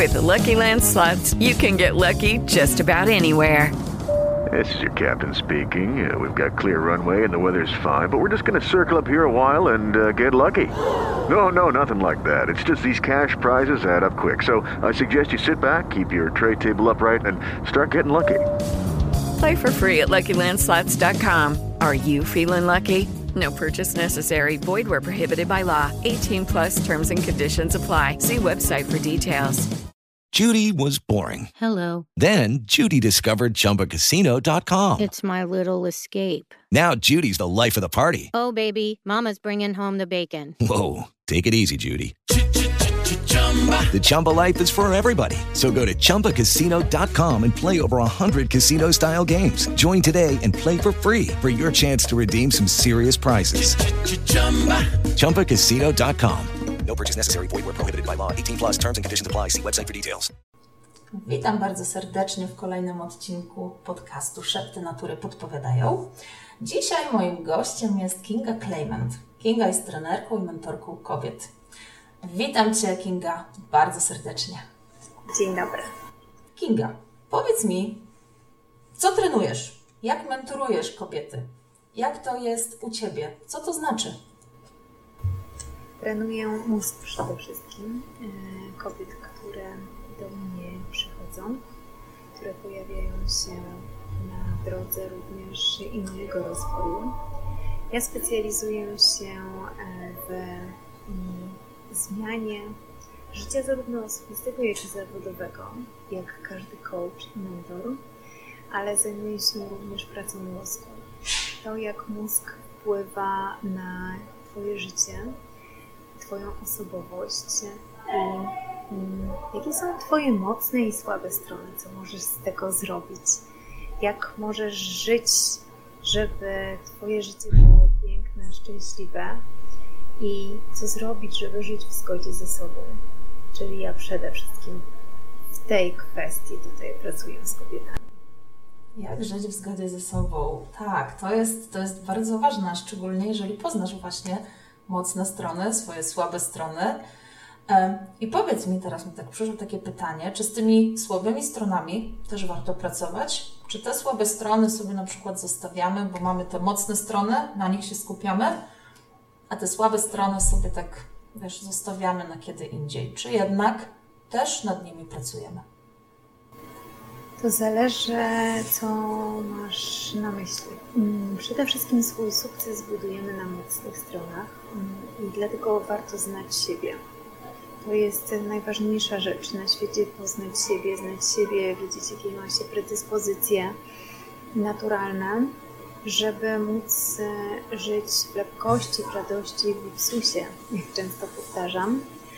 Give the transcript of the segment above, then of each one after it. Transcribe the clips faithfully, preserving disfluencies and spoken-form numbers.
With Lucky Land Slots, you can get lucky just about anywhere. This is your captain speaking. Uh, we've got clear runway and the weather's fine, but we're just going to circle up here a while and uh, get lucky. No, no, nothing like that. It's just these cash prizes add up quick. So I suggest you sit back, keep your tray table upright, and start getting lucky. Play for free at Lucky Land Slots dot com. Are you feeling lucky? No purchase necessary. Void where prohibited by law. eighteen plus terms and conditions apply. See website for details. Judy was boring. Hello. Then Judy discovered Chumba Casino dot com. It's my little escape. Now Judy's the life of the party. Oh, baby, mama's bringing home the bacon. Whoa, take it easy, Judy. The Chumba life is for everybody. So go to Chumba Casino dot com and play over one hundred casino-style games. Join today and play for free for your chance to redeem some serious prizes. Chumba Casino dot com. No purchase necessary. Void where prohibited by law. eighteen plus terms and conditions apply. See website for details. Witam bardzo serdecznie w kolejnym odcinku podcastu Szepty Natury Podpowiadają. Dzisiaj moim gościem jest Kinga Claimant. Kinga jest trenerką i mentorką kobiet. Witam Cię, Kinga, bardzo serdecznie. Dzień dobry. Kinga, powiedz mi, co trenujesz? Jak mentorujesz kobiety? Jak to jest u Ciebie? Co to znaczy? Trenuję mózg przede wszystkim kobiet, które do mnie przychodzą, które pojawiają się na drodze również innego rozwoju. Ja specjalizuję się w zmianie życia zarówno osobistego, jak i zawodowego, jak każdy coach i mentor, ale zajmuję się również pracą mózgu. To, jak mózg wpływa na Twoje życie, Twoją osobowość i jakie są Twoje mocne i słabe strony, co możesz z tego zrobić, jak możesz żyć, żeby Twoje życie było piękne, szczęśliwe i co zrobić, żeby żyć w zgodzie ze sobą. Czyli ja przede wszystkim w tej kwestii tutaj pracuję z kobietami. Jak żyć w zgodzie ze sobą? Tak, to jest, to jest bardzo ważne, szczególnie jeżeli poznasz właśnie mocne strony, swoje słabe strony. I powiedz mi, teraz mi tak przyszło takie pytanie, czy z tymi słabymi stronami też warto pracować? Czy te słabe strony sobie na przykład zostawiamy, bo mamy te mocne strony, na nich się skupiamy, a te słabe strony sobie tak, wiesz, zostawiamy na kiedy indziej? Czy jednak też nad nimi pracujemy? To zależy, co masz na myśli. Przede wszystkim swój sukces budujemy na mocnych stronach i dlatego warto znać siebie. To jest najważniejsza rzecz na świecie, poznać siebie, znać siebie, wiedzieć, jakie ma się predyspozycje naturalne, żeby móc żyć w lekkości, w radości, w luksusie, jak często powtarzam.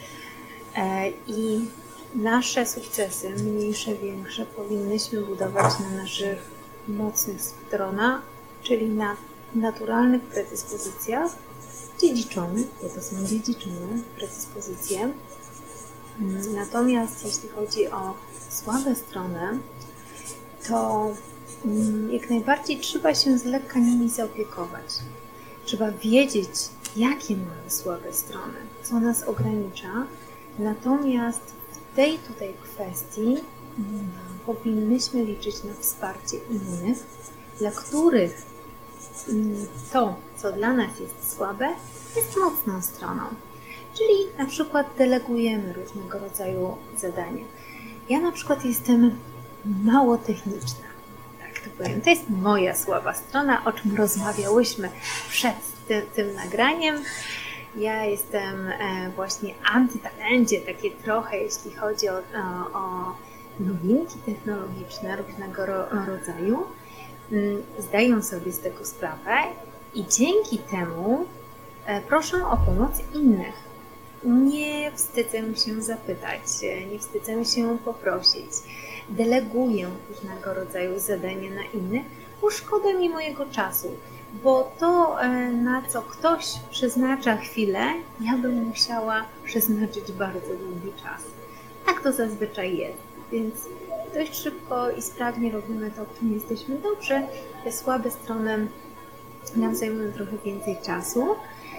I nasze sukcesy, mniejsze, większe, powinnyśmy budować na naszych mocnych stronach, czyli na naturalnych predyspozycjach dziedziczonych, bo to są dziedziczone predyspozycje. Natomiast jeśli chodzi o słabe strony, to jak najbardziej trzeba się z lekka nimi zaopiekować. Trzeba wiedzieć, jakie mamy słabe strony, co nas ogranicza. Natomiast w tej tutaj kwestii powinnyśmy liczyć na wsparcie innych, dla których to, co dla nas jest słabe, jest mocną stroną. Czyli na przykład delegujemy różnego rodzaju zadania. Ja na przykład jestem mało techniczna, tak to powiem. To jest moja słaba strona, o czym rozmawiałyśmy przed tym, tym nagraniem. Ja jestem właśnie antytalencie, takie trochę, jeśli chodzi o, o, o nowinki technologiczne różnego ro, rodzaju. Zdaję sobie z tego sprawę i dzięki temu proszę o pomoc innych. Nie wstydzę się zapytać, nie wstydzę się poprosić. Deleguję różnego rodzaju zadania na innych, bo szkoda mi mojego czasu, bo to, na co ktoś przeznacza chwilę, ja bym musiała przeznaczyć bardzo długi czas. Tak to zazwyczaj jest, więc dość szybko i sprawnie robimy to, w czym jesteśmy dobrzy. Te słabe strony nam zajmują trochę więcej czasu,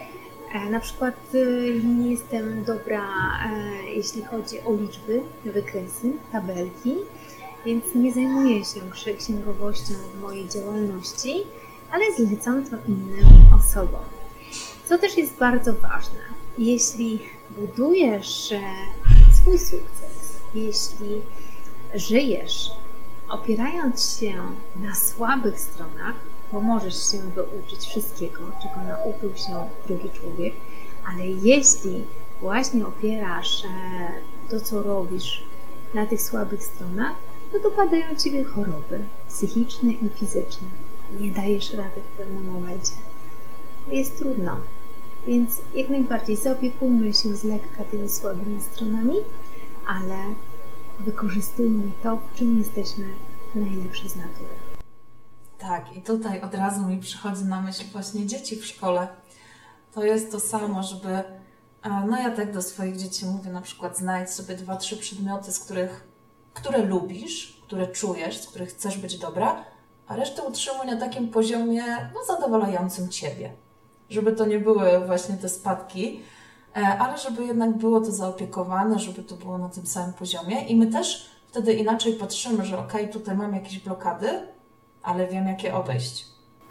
Na przykład nie jestem dobra, jeśli chodzi o liczby, wykresy, tabelki, więc nie zajmuję się księgowością w mojej działalności, ale zlecam to innym osobom. Co też jest bardzo ważne, jeśli budujesz swój sukces, jeśli żyjesz opierając się na słabych stronach, bo możesz się wyuczyć wszystkiego, czego nauczył się drugi człowiek, ale jeśli właśnie opierasz to, co robisz na tych słabych stronach, no to padają Ciebie choroby psychiczne i fizyczne. Nie dajesz rady w pewnym momencie. Jest trudno, więc jak najbardziej zaopiekujmy się z lekka tymi słabymi stronami, ale wykorzystujmy to, w czym jesteśmy najlepsi z natury. Tak, i tutaj od razu mi przychodzi na myśl właśnie dzieci w szkole. To jest to samo, żeby, no ja tak do swoich dzieci mówię, na przykład znajdź sobie dwa, trzy przedmioty, z których, które lubisz, które czujesz, z których chcesz być dobra, a resztę utrzymuj na takim poziomie, no zadowalającym Ciebie. Żeby to nie były właśnie te spadki, ale żeby jednak było to zaopiekowane, żeby to było na tym samym poziomie i my też wtedy inaczej patrzymy, że okej, okay, tutaj mam jakieś blokady, ale wiem, jak je obejść.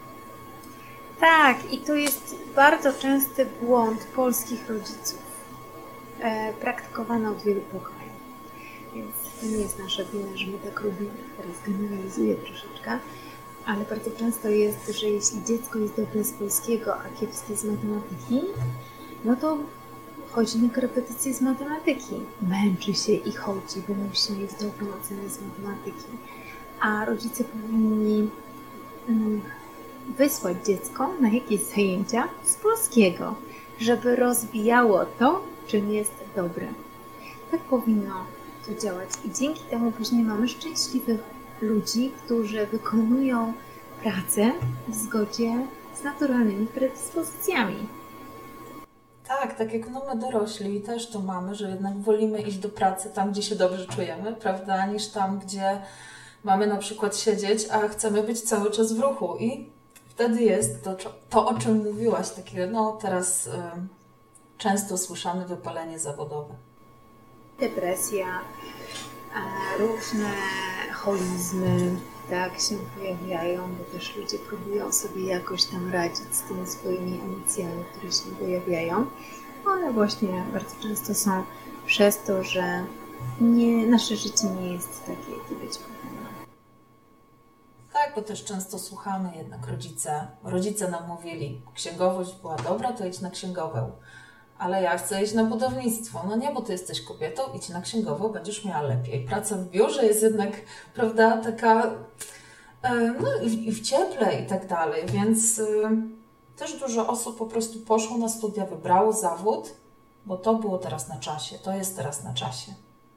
Tak, i to jest bardzo częsty błąd polskich rodziców, e, praktykowany od wielu pokoleń. Więc to nie jest nasza wina, że my tak robimy. Teraz generalizuję troszeczkę, ale bardzo często jest, że jeśli dziecko jest dobre z polskiego, a kiepskie z matematyki, no to chodzi na korepetycje z matematyki. Męczy się i chodzi, bo musi mieć dobrą ocenę z matematyki. A rodzice powinni um, wysłać dziecko na jakieś zajęcia z polskiego, żeby rozwijało to, czym jest dobre. Tak powinno to działać i dzięki temu później mamy szczęśliwych ludzi, którzy wykonują pracę w zgodzie z naturalnymi predyspozycjami. Tak, tak jak no my dorośli też to mamy, że jednak wolimy iść do pracy tam, gdzie się dobrze czujemy, prawda, niż tam, gdzie mamy na przykład siedzieć, a chcemy być cały czas w ruchu i wtedy jest to, to o czym mówiłaś, takie no teraz y, często słyszane wypalenie zawodowe. Depresja, różne holizmy, tak się pojawiają, bo też ludzie próbują sobie jakoś tam radzić z tymi swoimi emocjami, które się pojawiają. One właśnie bardzo często są przez to, że nie, nasze życie nie jest takie, jakie być powinno. Tak, bo też często słuchamy jednak rodzice. Rodzice nam mówili, księgowość była dobra, to idź na księgowę. Ale ja chcę iść na budownictwo. No nie, bo ty jesteś kobietą, idź na księgową, będziesz miała lepiej. Praca w biurze jest jednak, prawda, taka, no i w cieple i tak dalej, więc też dużo osób po prostu poszło na studia, wybrało zawód, bo to było teraz na czasie, to jest teraz na czasie.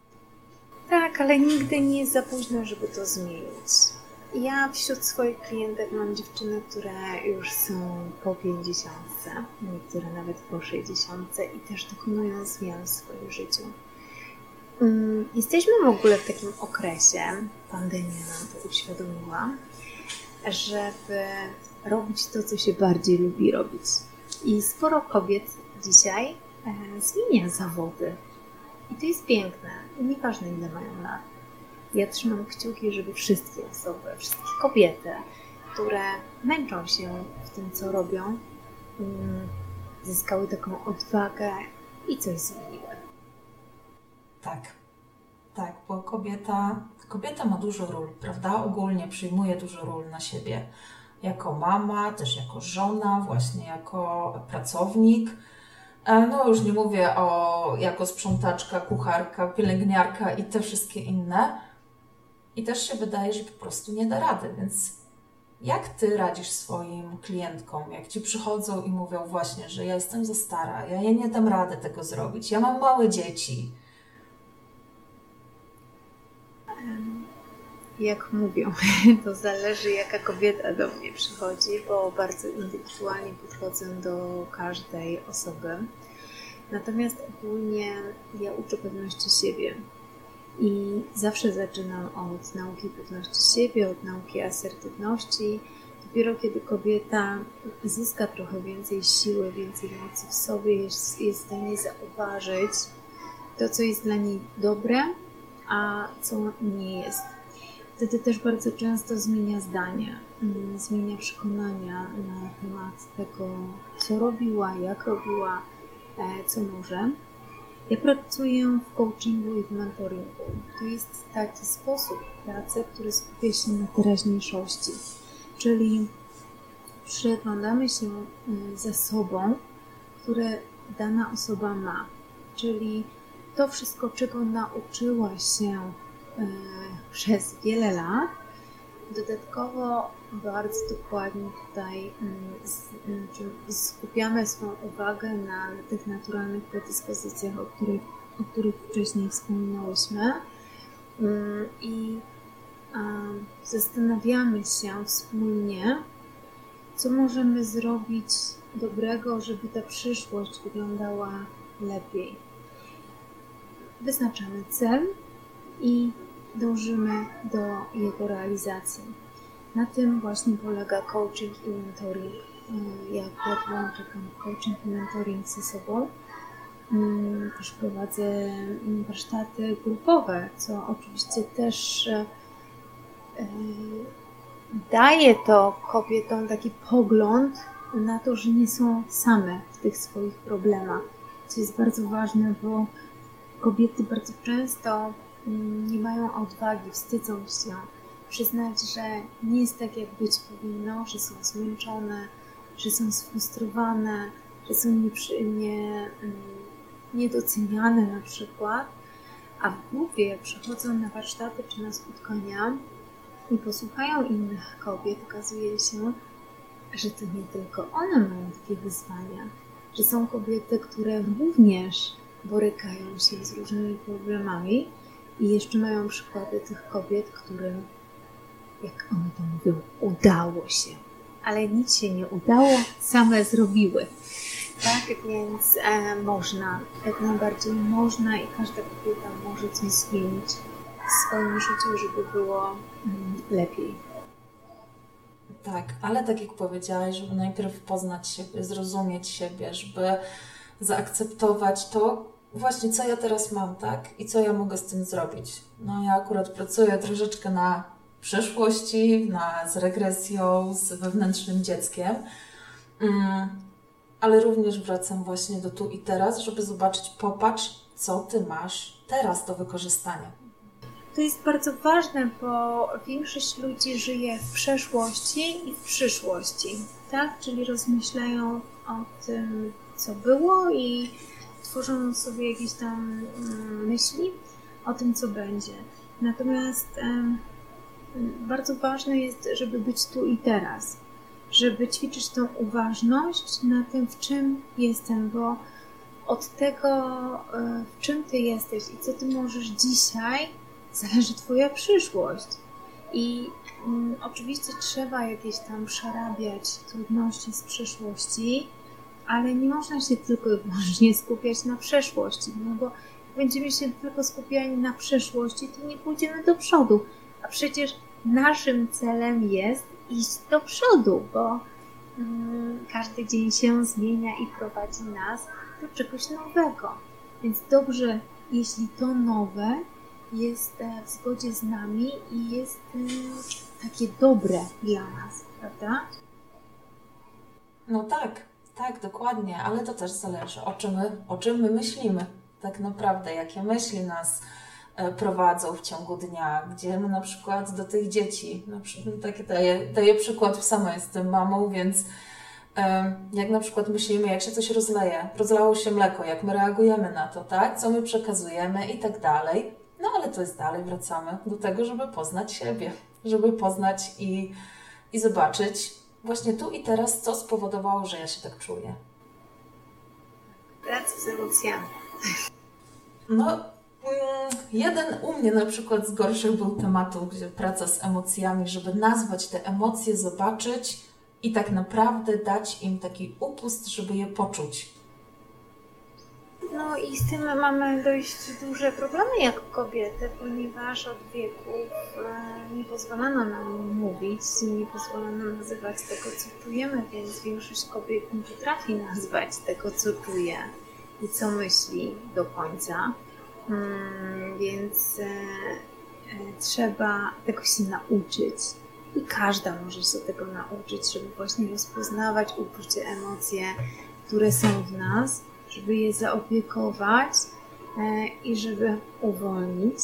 Tak, ale nigdy nie jest za późno, żeby to zmienić. Ja wśród swoich klientek mam dziewczyny, które już są po pięćdziesiątce, niektóre nawet po sześćdziesiątce i też dokonują zmian w swoim życiu. Jesteśmy w ogóle w takim okresie, pandemia nam to uświadomiła, żeby robić to, co się bardziej lubi robić. I sporo kobiet dzisiaj zmienia zawody. I to jest piękne. Nieważne, ile mają lat. Ja trzymam kciuki, żeby wszystkie osoby, wszystkie kobiety, które męczą się w tym, co robią, zyskały taką odwagę i coś zmieniły. Tak, tak, bo kobieta, kobieta ma dużo ról, prawda? Ogólnie przyjmuje dużo ról na siebie. Jako mama, też jako żona, właśnie jako pracownik. No już nie mówię o jako sprzątaczka, kucharka, pielęgniarka i te wszystkie inne. I też się wydaje, że po prostu nie da rady, więc jak Ty radzisz swoim klientkom, jak Ci przychodzą i mówią właśnie, że ja jestem za stara, ja nie dam rady tego zrobić, ja mam małe dzieci. Jak mówią, to zależy, jaka kobieta do mnie przychodzi, bo bardzo indywidualnie podchodzę do każdej osoby. Natomiast ogólnie ja uczę pewności siebie. I zawsze zaczynam od nauki pewności siebie, od nauki asertywności. To Dopiero kiedy kobieta zyska trochę więcej siły, więcej mocy w sobie, jest, jest w stanie zauważyć to, co jest dla niej dobre, a co nie jest. Wtedy też bardzo często zmienia zdanie, zmienia przekonania na temat tego, co robiła, jak robiła, co może. Ja pracuję w coachingu i w mentoringu. To jest taki sposób pracy, który skupia się na teraźniejszości. Czyli przyglądamy się zasobom, które dana osoba ma. Czyli to wszystko, czego nauczyła się przez wiele lat. Dodatkowo bardzo dokładnie tutaj skupiamy swoją uwagę na tych naturalnych predyspozycjach, o których, o których wcześniej wspominałyśmy. I zastanawiamy się wspólnie, co możemy zrobić dobrego, żeby ta przyszłość wyglądała lepiej. Wyznaczamy cel i dążymy do jego realizacji. Na tym właśnie polega coaching i mentoring. Ja akurat łączę coaching i mentoring ze sobą. Też prowadzę warsztaty grupowe, co oczywiście też daje to kobietom taki pogląd na to, że nie są same w tych swoich problemach. Co jest bardzo ważne, bo kobiety bardzo często nie mają odwagi, wstydzą się przyznać, że nie jest tak, jak być powinno, że są zmęczone, że są sfrustrowane, że są nieprzy, nie, niedoceniane na przykład, a w głowie jak przychodzą na warsztaty czy na spotkania i posłuchają innych kobiet, okazuje się, że to nie tylko one mają takie wyzwania, że są kobiety, które również borykają się z różnymi problemami i jeszcze mają przykłady tych kobiet, którym, jak one to mówią, udało się. Ale nic się nie udało, same zrobiły. Tak, więc e, można, jak najbardziej można i każda kobieta może coś zmienić w swoim życiu, żeby było mm, lepiej. Tak, ale tak jak powiedziałaś, żeby najpierw poznać siebie, zrozumieć siebie, żeby zaakceptować to, właśnie co ja teraz mam, tak? I co ja mogę z tym zrobić. No ja akurat pracuję troszeczkę na przeszłości, na, z regresją, z wewnętrznym dzieckiem, mm, ale również wracam właśnie do tu i teraz, żeby zobaczyć, popatrz, co ty masz teraz do wykorzystania. To jest bardzo ważne, bo większość ludzi żyje w przeszłości i w przyszłości, tak? Czyli rozmyślają o tym, co było i tworzą sobie jakieś tam myśli o tym, co będzie. Natomiast um, bardzo ważne jest, żeby być tu i teraz, żeby ćwiczyć tą uważność na tym, w czym jestem, bo od tego, w czym ty jesteś i co ty możesz dzisiaj, zależy twoja przyszłość. I um, oczywiście trzeba jakieś tam przerabiać trudności z przeszłości, ale nie można się tylko i wyłącznie skupiać na przeszłości, no bo jak będziemy się tylko skupiali na przeszłości, to nie pójdziemy do przodu. A przecież naszym celem jest iść do przodu, bo um, każdy dzień się zmienia i prowadzi nas do czegoś nowego. Więc dobrze, jeśli to nowe jest w zgodzie z nami i jest takie dobre dla nas, prawda? No tak, tak, dokładnie, ale to też zależy, o czym my, o czym my myślimy tak naprawdę, jakie myśli nas prowadzą w ciągu dnia, gdzie my na przykład do tych dzieci, na przykład, taki daję, daję przykład, sama jestem mamą, więc jak na przykład myślimy, jak się coś rozleje, rozlało się mleko, jak my reagujemy na to, tak, co my przekazujemy i tak dalej, no ale to jest dalej, wracamy do tego, żeby poznać siebie, żeby poznać i, i zobaczyć właśnie tu i teraz, co spowodowało, że ja się tak czuję. Praca z emocjami. No, jeden u mnie na przykład z gorszych był tematów, gdzie praca z emocjami, żeby nazwać te emocje, zobaczyć i tak naprawdę dać im taki upust, żeby je poczuć. No i z tym mamy dość duże problemy jako kobiety, ponieważ od wieków e, nie pozwalano nam mówić, nie pozwalano nazywać tego, co czujemy, więc większość kobiet nie potrafi nazwać tego, co czuje i co myśli do końca. Hmm, więc e, e, trzeba tego się nauczyć. I każda może się tego nauczyć, żeby właśnie rozpoznawać uczucie, emocje, które są w nas, żeby je zaopiekować e, i żeby uwolnić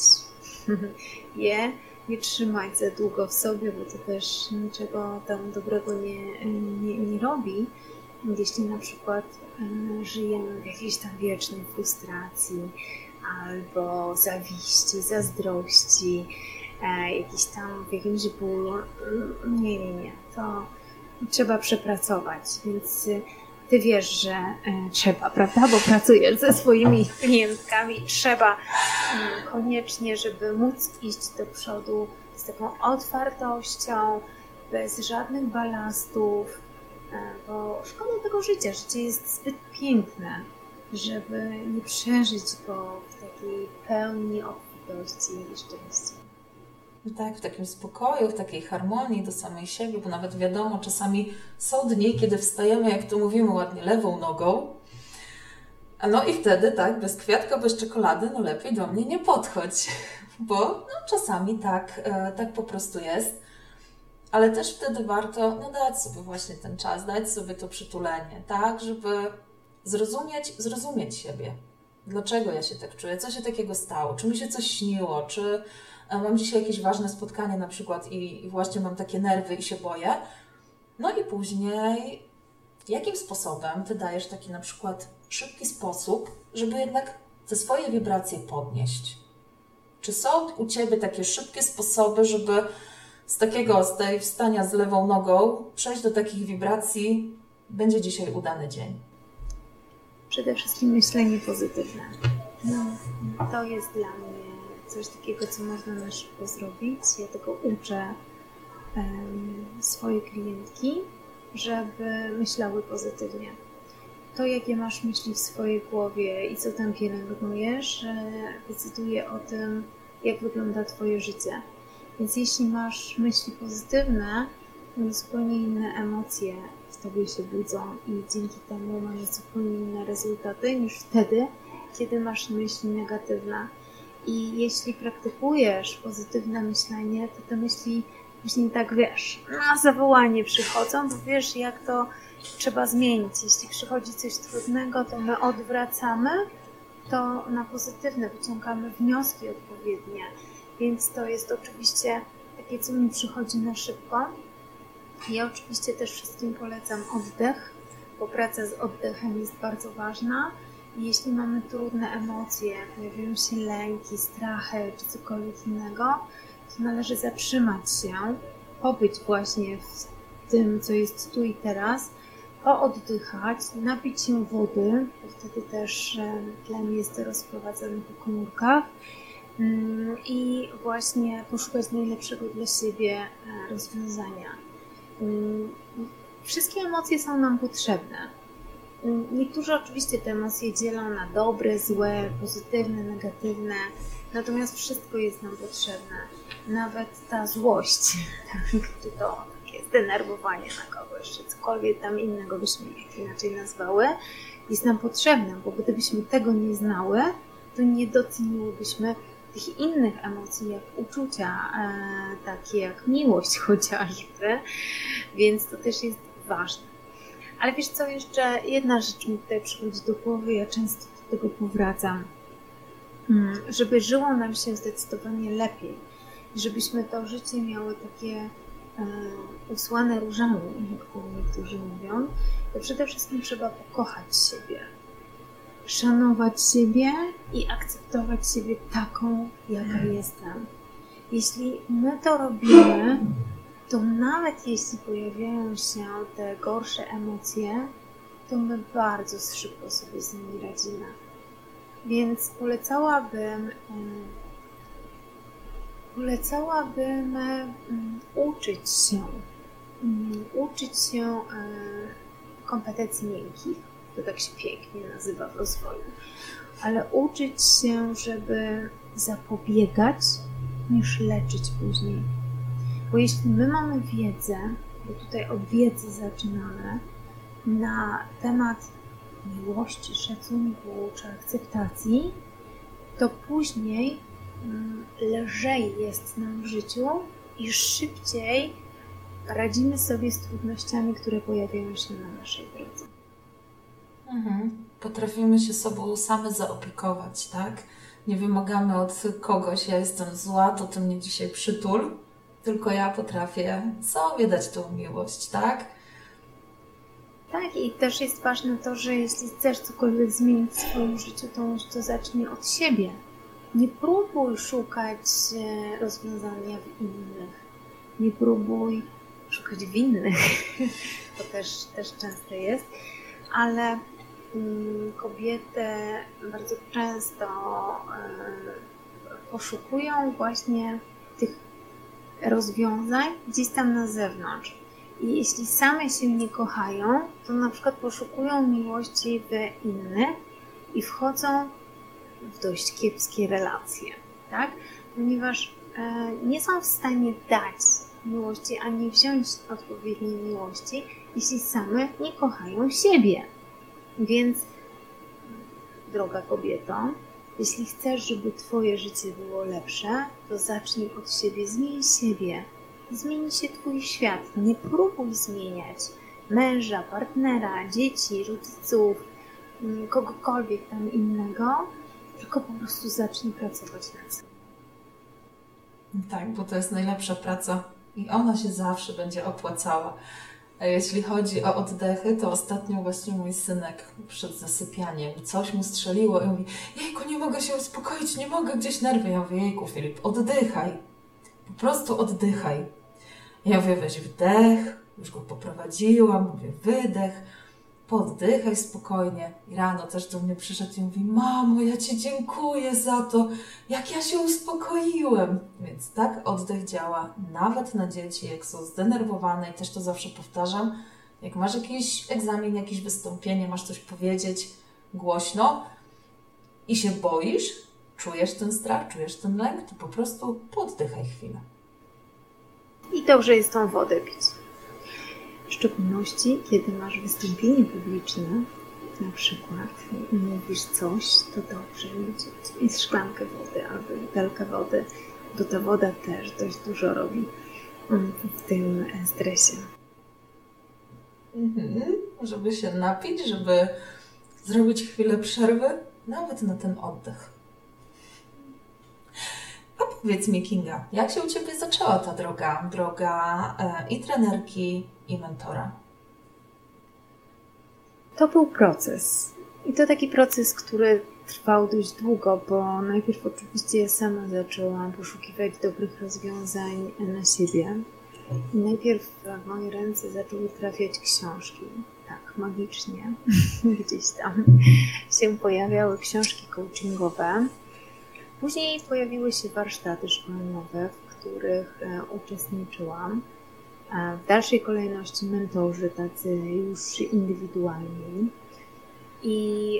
je, nie trzymać za długo w sobie, bo to też niczego tam dobrego nie, nie, nie robi. Jeśli na przykład e, żyjemy w jakiejś tam wiecznej frustracji albo zawiści, zazdrości, e, jakiś tam w jakimś bólu, nie, nie, nie, to trzeba przepracować, więc Ty wiesz, że e, trzeba, prawda? Bo pracujesz ze swoimi klientkami. Trzeba e, koniecznie, żeby móc iść do przodu z taką otwartością, bez żadnych balastów, e, bo szkoda tego życia. Życie jest zbyt piękne, żeby nie przeżyć go w takiej pełni obfitości i szczęścia. Tak, w takim spokoju, w takiej harmonii do samej siebie, bo nawet wiadomo, czasami są dni, kiedy wstajemy, jak to mówimy ładnie, lewą nogą. No i wtedy, tak, bez kwiatka, bez czekolady, no lepiej do mnie nie podchodź, bo no, czasami tak, e, tak po prostu jest. Ale też wtedy warto no, dać sobie właśnie ten czas, dać sobie to przytulenie, tak, żeby zrozumieć, zrozumieć siebie. Dlaczego ja się tak czuję? Co się takiego stało? Czy mi się coś śniło? Czy mam dzisiaj jakieś ważne spotkanie na przykład i, i właśnie mam takie nerwy i się boję? No i później jakim sposobem Ty dajesz taki na przykład szybki sposób, żeby jednak te swoje wibracje podnieść? Czy są u Ciebie takie szybkie sposoby, żeby z takiego, z tej wstania z lewą nogą przejść do takich wibracji, będzie dzisiaj udany dzień? Przede wszystkim myślenie pozytywne. No, to jest dla mnie coś takiego, co można na szybko zrobić. Ja tego uczę um, swoje klientki, żeby myślały pozytywnie. To, jakie masz myśli w swojej głowie i co tam pielęgnujesz, decyduje o tym, jak wygląda Twoje życie. Więc jeśli masz myśli pozytywne, to zupełnie inne emocje w Tobie się budzą i dzięki temu masz zupełnie inne rezultaty niż wtedy, kiedy masz myśli negatywne. I jeśli praktykujesz pozytywne myślenie, to te myśli później tak, wiesz, na zawołanie przychodzą, bo wiesz, jak to trzeba zmienić. Jeśli przychodzi coś trudnego, to my odwracamy to na pozytywne, wyciągamy wnioski odpowiednie. Więc to jest oczywiście takie, co mi przychodzi na szybko. Ja oczywiście też wszystkim polecam oddech, bo praca z oddechem jest bardzo ważna. Jeśli mamy trudne emocje, pojawiają się lęki, strachy czy cokolwiek innego, to należy zatrzymać się, pobyć właśnie w tym, co jest tu i teraz, pooddychać, napić się wody, bo wtedy też tlen jest rozprowadzany po komórkach i właśnie poszukać najlepszego dla siebie rozwiązania. Wszystkie emocje są nam potrzebne. Niektórzy oczywiście te emocje dzielą na dobre, złe, pozytywne, negatywne, natomiast wszystko jest nam potrzebne. Nawet ta złość, czy to takie zdenerwowanie na kogoś, czy cokolwiek tam innego byśmy inaczej nazwały, jest nam potrzebne, bo gdybyśmy tego nie znały, to nie doceniłybyśmy tych innych emocji, jak uczucia, e, takie jak miłość chociażby, więc to też jest ważne. Ale wiesz co, jeszcze jedna rzecz mi tutaj przychodzi do głowy, ja często do tego powracam, żeby żyło nam się zdecydowanie lepiej, żebyśmy to życie miały takie e, usłane różami, jak to niektórzy mówią, to przede wszystkim trzeba pokochać siebie, szanować siebie i akceptować siebie taką, jaka jestem. Jeśli my to robimy, to nawet jeśli pojawiają się te gorsze emocje, to my bardzo szybko sobie z nimi radzimy. Więc polecałabym, polecałabym uczyć się, uczyć się kompetencji miękkich, To tak się pięknie nazywa w rozwoju. Ale uczyć się, żeby zapobiegać, niż leczyć później. Bo jeśli my mamy wiedzę, bo tutaj od wiedzy zaczynamy, na temat miłości, szacunku czy akceptacji, to później lżej jest nam w życiu i szybciej radzimy sobie z trudnościami, które pojawiają się na naszej drodze. Mhm. Potrafimy się sobą same zaopiekować, tak? Nie wymagamy od kogoś, ja jestem zła, to ty mnie dzisiaj przytul, tylko ja potrafię sobie dać tą miłość, tak? Tak, i też jest ważne to, że jeśli chcesz cokolwiek zmienić w swoim życiu, to musisz to zacznij od siebie. Nie próbuj szukać rozwiązania w innych. Nie próbuj szukać winnych. To też, też często jest. Ale mm, kobiety bardzo często y, poszukują właśnie tych rozwiązań gdzieś tam na zewnątrz. I jeśli same się nie kochają, to na przykład poszukują miłości w innych i wchodzą w dość kiepskie relacje, tak? Ponieważ e, nie są w stanie dać miłości, ani wziąć odpowiedniej miłości, jeśli same nie kochają siebie. Więc, droga kobieto, jeśli chcesz, żeby twoje życie było lepsze, to zacznij od siebie, zmień siebie. Zmieni się twój świat. Nie próbuj zmieniać męża, partnera, dzieci, rodziców, kogokolwiek tam innego, tylko po prostu zacznij pracować nad sobą. Tak, bo to jest najlepsza praca i ona się zawsze będzie opłacała. A jeśli chodzi o oddechy, to ostatnio właśnie mój synek przed zasypianiem coś mu strzeliło i mówi: jejku, nie mogę się uspokoić, nie mogę, gdzieś nerwy. Ja mówię: jejku, Filip, oddychaj. Po prostu oddychaj. Ja mówię: weź wdech, już go poprowadziłam, mówię wydech, poddychaj spokojnie. I rano też do mnie przyszedł i mówi: mamo, ja Ci dziękuję za to, jak ja się uspokoiłem. Więc tak oddech działa nawet na dzieci, jak są zdenerwowane, i też to zawsze powtarzam, jak masz jakiś egzamin, jakieś wystąpienie, masz coś powiedzieć głośno i się boisz, czujesz ten strach, czujesz ten lęk, to po prostu poddychaj chwilę. I dobrze jest tą wodę pić. W szczególności, kiedy masz wystąpienie publiczne, na przykład, i mówisz coś, to dobrze mieć szklankę wody albo butelkę wody, bo ta woda też dość dużo robi w tym stresie. Mhm. Żeby się napić, żeby zrobić chwilę przerwy, nawet na ten oddech. A powiedz mi, Kinga, jak się u Ciebie zaczęła ta droga, droga e, i trenerki, i mentora? To był proces. I to taki proces, który trwał dość długo, bo najpierw oczywiście ja sama zaczęłam poszukiwać dobrych rozwiązań na siebie. I najpierw w moje ręce zaczęły trafiać książki. Tak, magicznie. Gdzieś tam się pojawiały książki coachingowe. Później pojawiły się warsztaty szkoleniowe, w których uczestniczyłam. W dalszej kolejności mentorzy tacy już indywidualni. I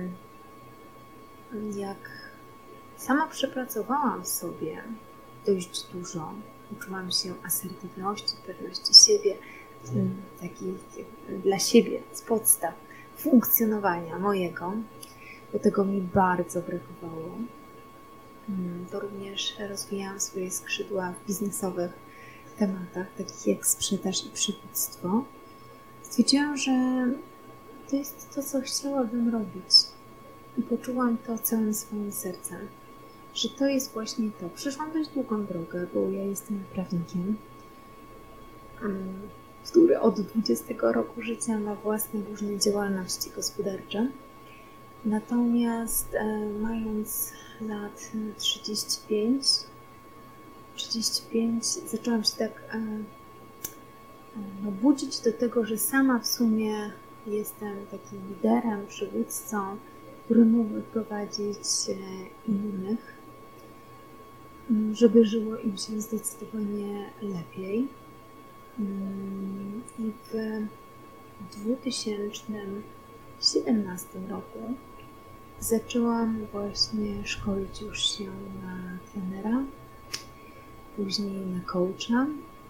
jak sama przepracowałam sobie dość dużo, uczyłam się asertywności, pewności siebie, takiej dla siebie, z podstaw funkcjonowania mojego, bo tego mi bardzo brakowało. To również rozwijałam swoje skrzydła w biznesowych tematach, takich jak sprzedaż i przywództwo. Stwierdziłam, że to jest to, co chciałabym robić. I poczułam to całym swoim sercem, że to jest właśnie to. Przeszłam dość długą drogę, bo ja jestem prawnikiem, który od dwudziestego roku życia ma własne różne działalności gospodarcze. Natomiast e, mając lat trzydzieści pięć, trzydzieści pięć zaczęłam się tak e, no, budzić do tego, że sama w sumie jestem takim liderem, przywódcą, który mógłby prowadzić e, innych, żeby żyło im się zdecydowanie lepiej. I w dwutysięcznym siedemnastym roku zaczęłam właśnie szkolić już się na trenera, później na coacha.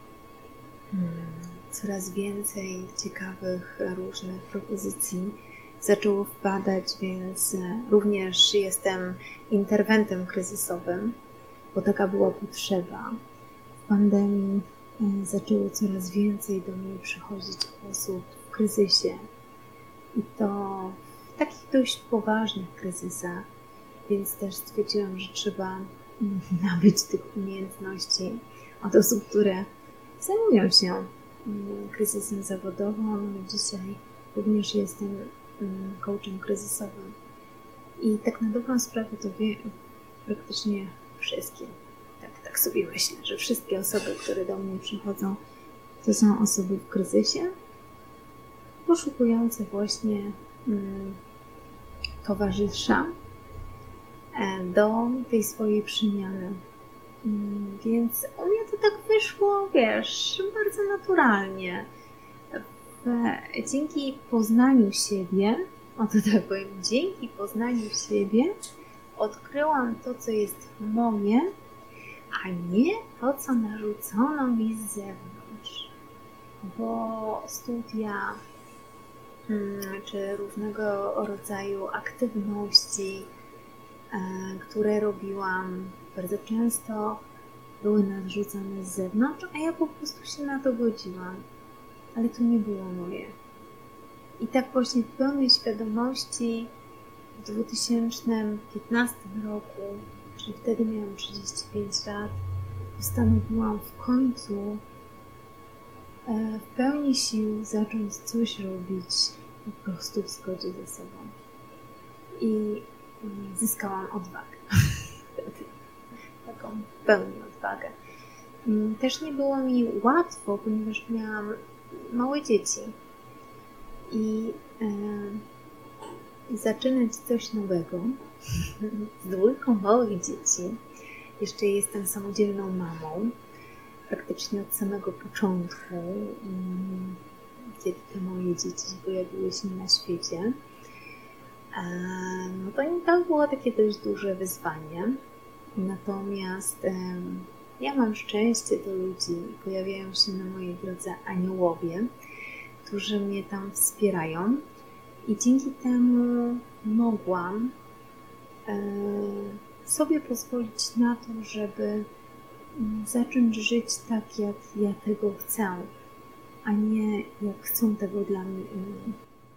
Coraz więcej ciekawych, różnych propozycji zaczęło wpadać, więc również jestem interwentem kryzysowym, bo taka była potrzeba. W pandemii zaczęło coraz więcej do mnie przychodzić osób w kryzysie i to w takich dość poważnych kryzysach, więc też stwierdziłam, że trzeba nabyć tych umiejętności od osób, które zajmują się kryzysem zawodowym. Dzisiaj również jestem coachem kryzysowym i tak na dobrą sprawę to wie praktycznie wszystkie. Tak, tak sobie myślę, że wszystkie osoby, które do mnie przychodzą, to są osoby w kryzysie, poszukujące właśnie mm, towarzysza do tej swojej przemiany. Mm, więc u mnie to tak wyszło, wiesz, bardzo naturalnie. W, dzięki poznaniu siebie, o to tak powiem, dzięki poznaniu siebie odkryłam to, co jest moje, a nie to, co narzucono mi z zewnątrz. Bo studia czy różnego rodzaju aktywności, które robiłam, bardzo często były narzucane z zewnątrz, a ja po prostu się na to godziłam. Ale to nie było moje. I tak właśnie w pełnej świadomości w dwa tysiące piętnastym roku, czyli wtedy miałam trzydzieści pięć lat, postanowiłam w końcu w pełni sił zacząć coś robić po prostu w zgodzie ze sobą. I zyskałam odwagę. Taką w pełni odwagę. Też nie było mi łatwo, ponieważ miałam małe dzieci. I e, zaczynać coś nowego z dwójką małych dzieci. Jeszcze jestem samodzielną mamą. Praktycznie od samego początku, kiedy te moje dzieci pojawiły się na świecie. No to to było takie dość duże wyzwanie. Natomiast ja mam szczęście do ludzi. Pojawiają się na mojej drodze aniołowie, którzy mnie tam wspierają. I dzięki temu mogłam sobie pozwolić na to, żeby zacząć żyć tak, jak ja tego chcę, a nie jak chcą tego dla mnie inni.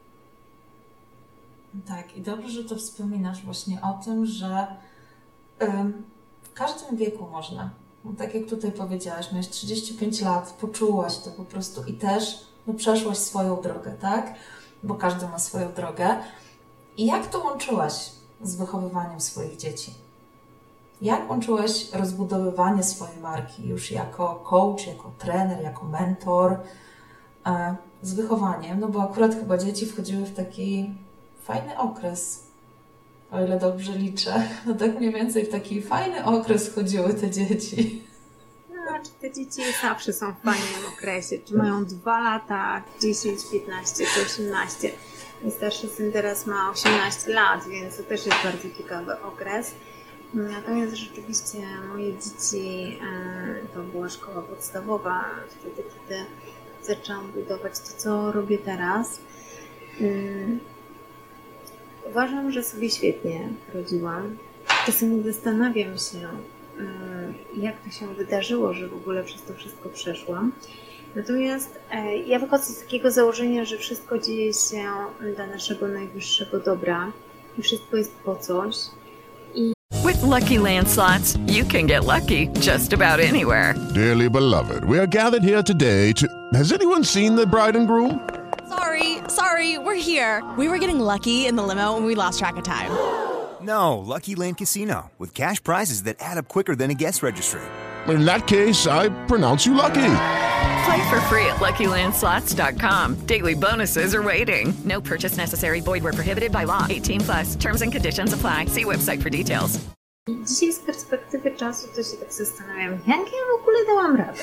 Tak, i dobrze, że to wspominasz właśnie o tym, że ym, w każdym wieku można. No, tak jak tutaj powiedziałaś, miałeś trzydzieści pięć lat, poczułaś to po prostu i też no, przeszłaś swoją drogę, tak? Bo każdy ma swoją drogę. I jak to łączyłaś z wychowywaniem swoich dzieci? Jak łączyłaś rozbudowywanie swojej marki już jako coach, jako trener, jako mentor e, z wychowaniem? No bo akurat chyba dzieci wchodziły w taki fajny okres, o ile dobrze liczę. No tak mniej więcej w taki fajny okres wchodziły te dzieci. No, czy te dzieci zawsze są w fajnym okresie. Czy mają dwa lata, dziesięć, piętnaście czy osiemnaście. Mój starszy syn teraz ma osiemnaście lat, więc to też jest bardzo ciekawy okres. Natomiast rzeczywiście moje dzieci, to była szkoła podstawowa, wtedy, kiedy zaczęłam budować to, co robię teraz. Uważam, że sobie świetnie radziłam. Czasami zastanawiam się, jak to się wydarzyło, że w ogóle przez to wszystko przeszłam. Natomiast ja wychodzę z takiego założenia, że wszystko dzieje się dla naszego najwyższego dobra i wszystko jest po coś. With Lucky Land Slots, you can get lucky just about anywhere. Dearly beloved, we are gathered here today to... Has anyone seen the bride and groom? Sorry, sorry, we're here. We were getting lucky in the limo and we lost track of time. No, Lucky Land Casino, with cash prizes that add up quicker than a guest registry. In that case, I pronounce you lucky. Play for free at lucky land slots dot com. Daily bonuses are waiting. No purchase necessary. Void where prohibited by law. eighteen plus. Terms and conditions apply. See website for details. Dzisiaj z perspektywy czasu to się tak zastanawiam, jak ja w ogóle dałam radę.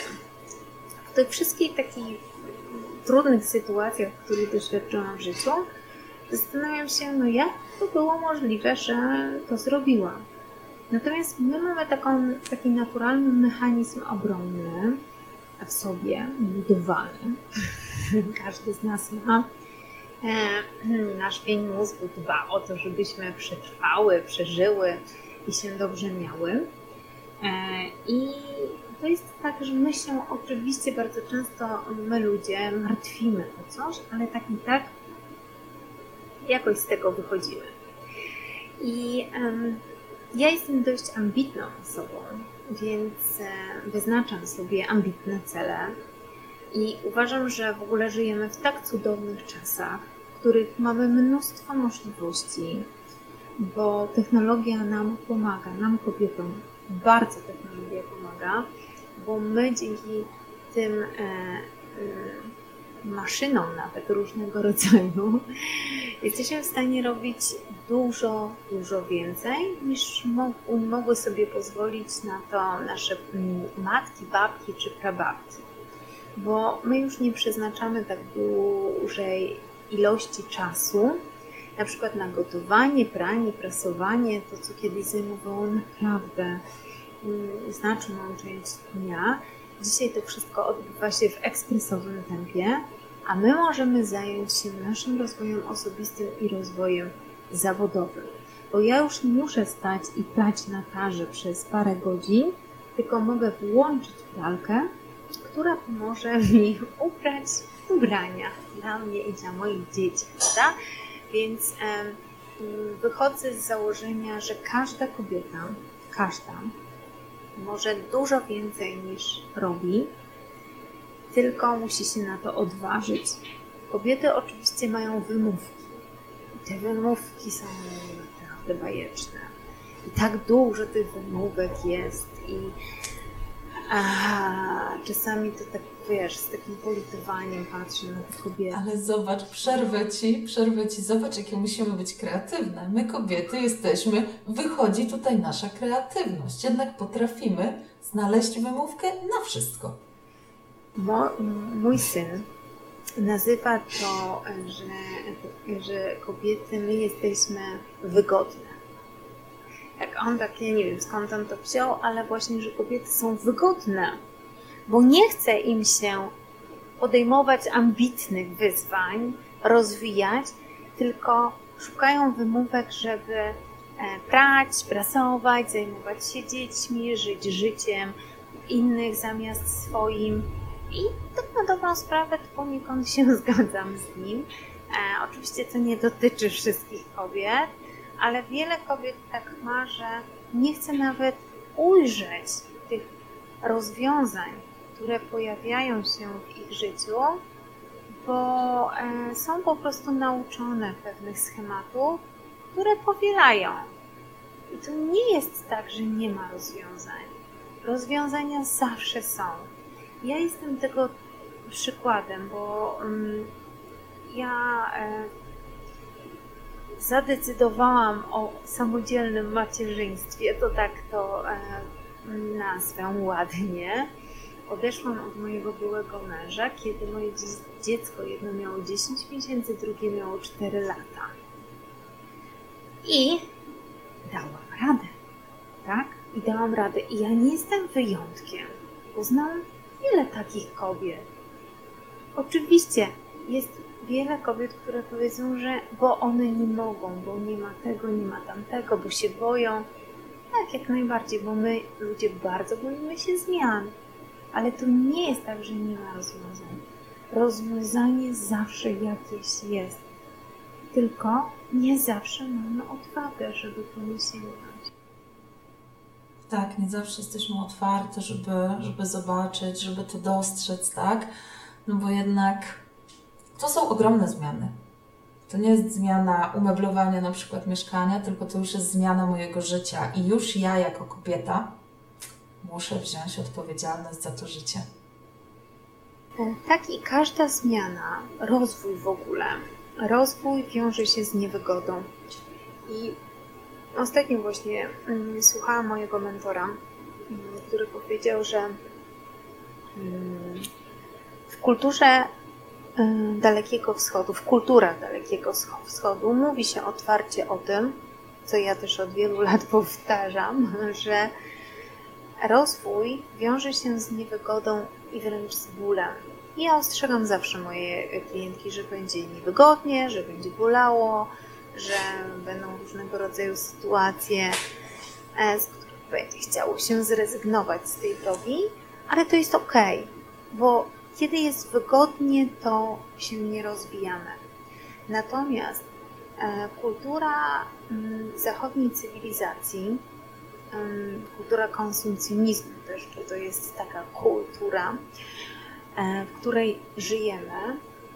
W tych wszystkich takich trudnych sytuacjach, których doświadczyłam w życiu, Zastanawiam się, no jak to było możliwe, że to zrobiła. Natomiast my mamy taką, taki naturalny mechanizm obronny w sobie, budowany. Każdy z nas ma. Nasz pień mózgu dba o to, żebyśmy przetrwały, przeżyły i się dobrze miały. I to jest tak, że my się oczywiście bardzo często, my ludzie, martwimy o coś, ale tak i tak jakoś z tego wychodzimy. I um, ja jestem dość ambitną osobą, więc wyznaczam sobie ambitne cele i uważam, że w ogóle żyjemy w tak cudownych czasach, w których mamy mnóstwo możliwości, bo technologia nam pomaga, nam kobietom bardzo technologia pomaga, bo my dzięki tym e, e, maszynom nawet różnego rodzaju jesteśmy w stanie robić dużo, dużo więcej niż mogły sobie pozwolić na to nasze matki, babki czy prababki. Bo my już nie przeznaczamy tak dużej ilości czasu, na przykład na gotowanie, pranie, prasowanie, to co kiedyś zajmowało naprawdę znaczną część dnia. Dzisiaj to wszystko odbywa się w ekspresowym tempie, a my możemy zająć się naszym rozwojem osobistym i rozwojem zawodowym. Bo ja już nie muszę stać i prać na tarze przez parę godzin, tylko mogę włączyć pralkę, która pomoże mi ubrać ubrania dla mnie i dla moich dzieci, prawda? Więc e, wychodzę z założenia, że każda kobieta, każda, może dużo więcej niż robi, tylko musi się na to odważyć. Kobiety oczywiście mają wymówki. I te wymówki są naprawdę bajeczne. I tak dużo tych wymówek jest i a, czasami to tak, wiesz, z takim politowaniem patrzę na te kobiety. Ale zobacz, przerwę Ci, przerwę Ci, zobacz, jakie musimy być kreatywne. My kobiety jesteśmy, wychodzi tutaj nasza kreatywność. Jednak potrafimy znaleźć wymówkę na wszystko. Mo, mój syn nazywa to, że, że kobiety, my jesteśmy wygodne. Jak on tak, ja nie wiem skąd on to wziął, ale właśnie, że kobiety są wygodne, bo nie chce im się podejmować ambitnych wyzwań, rozwijać, tylko szukają wymówek, żeby prać, prasować, zajmować się dziećmi, żyć życiem innych zamiast swoim. I tak na dobrą sprawę to poniekąd się zgadzam z nim. E, oczywiście to nie dotyczy wszystkich kobiet, ale wiele kobiet tak ma, że nie chce nawet ujrzeć tych rozwiązań, które pojawiają się w ich życiu, bo e, są po prostu nauczone pewnych schematów, które powielają. I to nie jest tak, że nie ma rozwiązań. Rozwiązania zawsze są. Ja jestem tego przykładem, bo um, ja e, zadecydowałam o samodzielnym macierzyństwie, to tak to e, nazwę ładnie. Odeszłam od mojego byłego męża, kiedy moje dziecko jedno miało dziesięć miesięcy, drugie miało cztery lata. I dałam radę, tak? I dałam radę. I ja nie jestem wyjątkiem. Poznałam wiele takich kobiet. Oczywiście jest wiele kobiet, które powiedzą, że bo one nie mogą, bo nie ma tego, nie ma tamtego, bo się boją. Tak, jak najbardziej, bo my ludzie bardzo boimy się zmian. Ale to nie jest tak, że nie ma rozwiązań. Rozwiązanie zawsze jakieś jest. Tylko nie zawsze mamy odwagę, żeby po nie sięgnąć. Tak, nie zawsze jesteśmy otwarte, żeby, żeby zobaczyć, żeby to dostrzec, tak? No bo jednak to są ogromne zmiany. To nie jest zmiana umeblowania na przykład mieszkania, tylko to już jest zmiana mojego życia. I już ja jako kobieta muszę wziąć odpowiedzialność za to życie. Tak, i każda zmiana, rozwój w ogóle, rozwój wiąże się z niewygodą. I ostatnio właśnie um, słuchałam mojego mentora, um, który powiedział, że um, w kulturze Dalekiego Wschodu, w kulturach Dalekiego Wschodu mówi się otwarcie o tym, co ja też od wielu lat powtarzam, że rozwój wiąże się z niewygodą i wręcz z bólem. I ja ostrzegam zawsze moje klientki, że będzie niewygodnie, że będzie bolało, że będą różnego rodzaju sytuacje, z których będzie chciało się zrezygnować z tej drogi, ale to jest okej, bo kiedy jest wygodnie, to się nie rozwijamy. Natomiast e, kultura m, zachodniej cywilizacji, m, kultura konsumpcjonizmu też, że to jest taka kultura, e, w której żyjemy, e,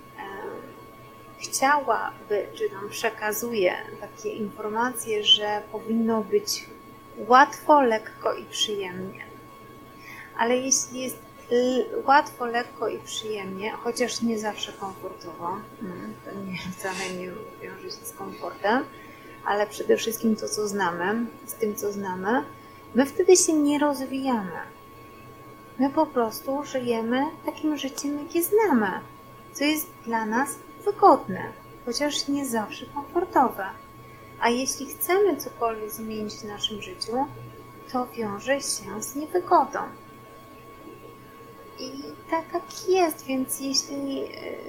chciałaby, czy nam przekazuje takie informacje, że powinno być łatwo, lekko i przyjemnie. Ale jeśli jest łatwo, lekko i przyjemnie, chociaż nie zawsze komfortowo, to nie, wcale nie wiąże się z komfortem, ale przede wszystkim to, co znamy, z tym, co znamy, my wtedy się nie rozwijamy. My po prostu żyjemy takim życiem, jakie znamy, co jest dla nas wygodne, chociaż nie zawsze komfortowe. A jeśli chcemy cokolwiek zmienić w naszym życiu, to wiąże się z niewygodą. I tak, tak jest, więc jeśli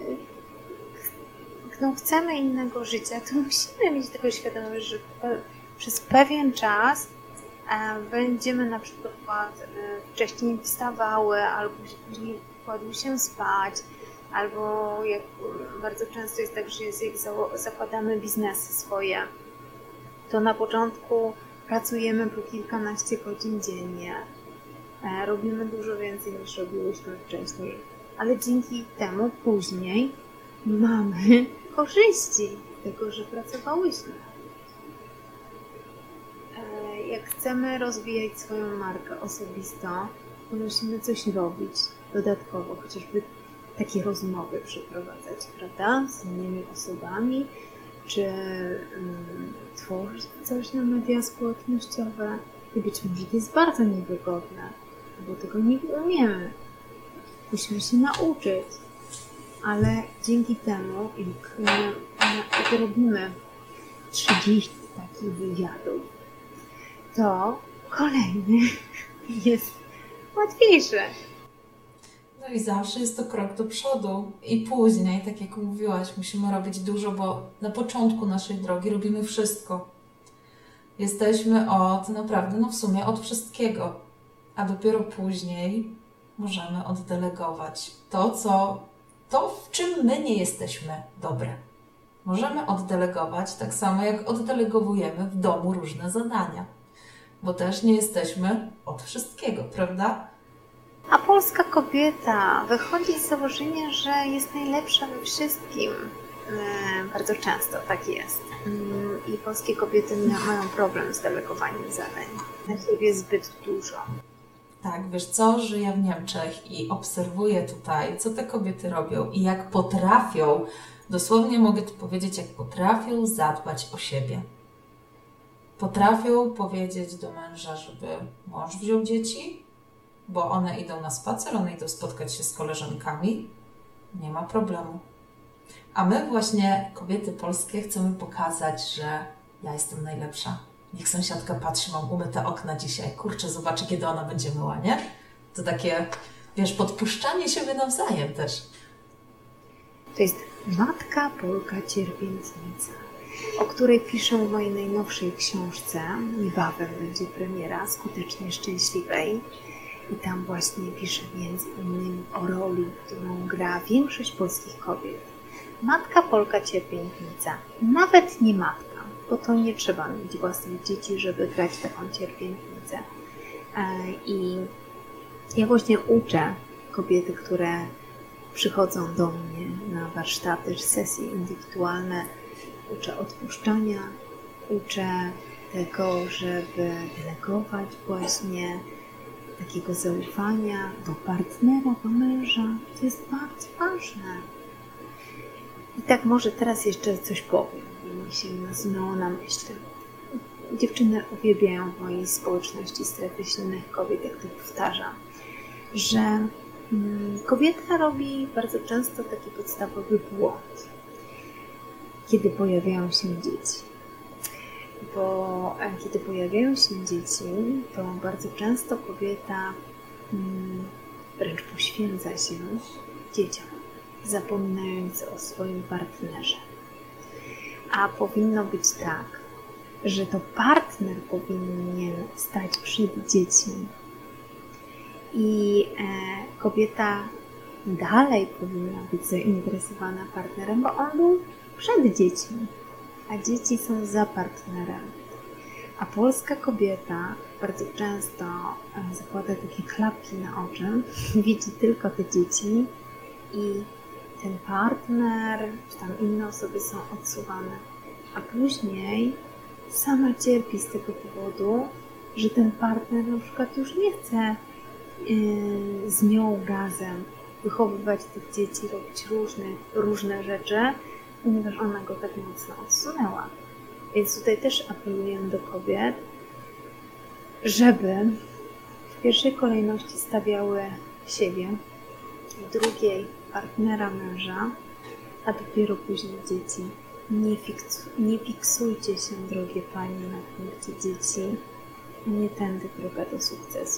no, chcemy innego życia, to musimy mieć tego świadomość, że przez pewien czas będziemy na przykład wcześniej wstawały, albo się później kładły się spać, albo jak bardzo często jest tak, że jest, jak zakładamy biznesy swoje, to na początku pracujemy po kilkanaście godzin dziennie. Robimy dużo więcej niż robiłyśmy wcześniej, ale dzięki temu później mamy korzyści z tego, że pracowałyśmy. Jak chcemy rozwijać swoją markę osobistą, to musimy coś robić dodatkowo, chociażby takie rozmowy przeprowadzać, prawda, z innymi osobami, czy um, tworzyć coś na media społecznościowe. I być może to jest bardzo niewygodne, bo tego nie umiemy. Musimy się nauczyć. Ale dzięki temu, jak, jak robimy trzydzieści takich wywiadów, to kolejny jest łatwiejszy. No i zawsze jest to krok do przodu. I później, tak jak mówiłaś, musimy robić dużo, bo na początku naszej drogi robimy wszystko. Jesteśmy od, naprawdę, no w sumie od wszystkiego. A dopiero później możemy oddelegować to, co, to, w czym my nie jesteśmy dobre. Możemy oddelegować tak samo, jak oddelegowujemy w domu różne zadania. Bo też nie jesteśmy od wszystkiego, prawda? A polska kobieta wychodzi z założenia, że jest najlepsza we wszystkim. E, bardzo często tak jest. I polskie kobiety mają problem z delegowaniem zadań. Na siebie zbyt dużo. Tak, wiesz co, żyję w Niemczech i obserwuję tutaj, co te kobiety robią i jak potrafią, dosłownie mogę tu powiedzieć, jak potrafią zadbać o siebie. Potrafią powiedzieć do męża, żeby mąż wziął dzieci, bo one idą na spacer, one idą spotkać się z koleżankami. Nie ma problemu. A my właśnie, kobiety polskie, chcemy pokazać, że ja jestem najlepsza. Niech sąsiadka patrzy, mam umyte okna dzisiaj. Kurczę, zobaczę, kiedy ona będzie myła, nie? To takie, wiesz, podpuszczanie siebie nawzajem też. To jest Matka Polka Cierpiętnica, o której piszę w mojej najnowszej książce. Niebawem będzie premiera Skutecznie Szczęśliwej. I tam właśnie piszę między innymi o roli, którą gra większość polskich kobiet. Matka Polka Cierpiętnica. Nawet nie matka, bo to nie trzeba mieć własnych dzieci, żeby grać taką cierpiętnicę. I ja właśnie uczę kobiety, które przychodzą do mnie na warsztaty, sesje indywidualne. Uczę odpuszczania, uczę tego, żeby delegować właśnie, takiego zaufania do partnera, do męża. To jest bardzo ważne. I tak może teraz jeszcze coś powiem, bo mi się nasunęło na myśl. Dziewczyny uwielbiają w mojej społeczności Strefy Silnych Kobiet, jak to powtarzam, że Kobieta robi bardzo często taki podstawowy błąd, kiedy pojawiają się dzieci. Bo kiedy pojawiają się dzieci, to bardzo często kobieta wręcz poświęca się dzieciom, zapominając o swoim partnerze. A powinno być tak, że to partner powinien stać przed dziećmi i e, kobieta dalej powinna być zainteresowana partnerem, bo on był przed dziećmi, a dzieci są za partnerem. A polska kobieta bardzo często e, zakłada takie klapki na oczy, widzi tylko te dzieci i ten partner, czy tam inne osoby są odsuwane, a później sama cierpi z tego powodu, że ten partner na przykład już nie chce yy, z nią razem wychowywać tych dzieci, robić różne, różne rzeczy, ponieważ ona go tak mocno odsunęła. Więc tutaj też apeluję do kobiet, żeby w pierwszej kolejności stawiały siebie, w drugiej partnera męża, a dopiero później dzieci. Nie, fiksu, nie fiksujcie się, drogie panie, na punkcie dzieci. Nie tędy droga do sukcesu.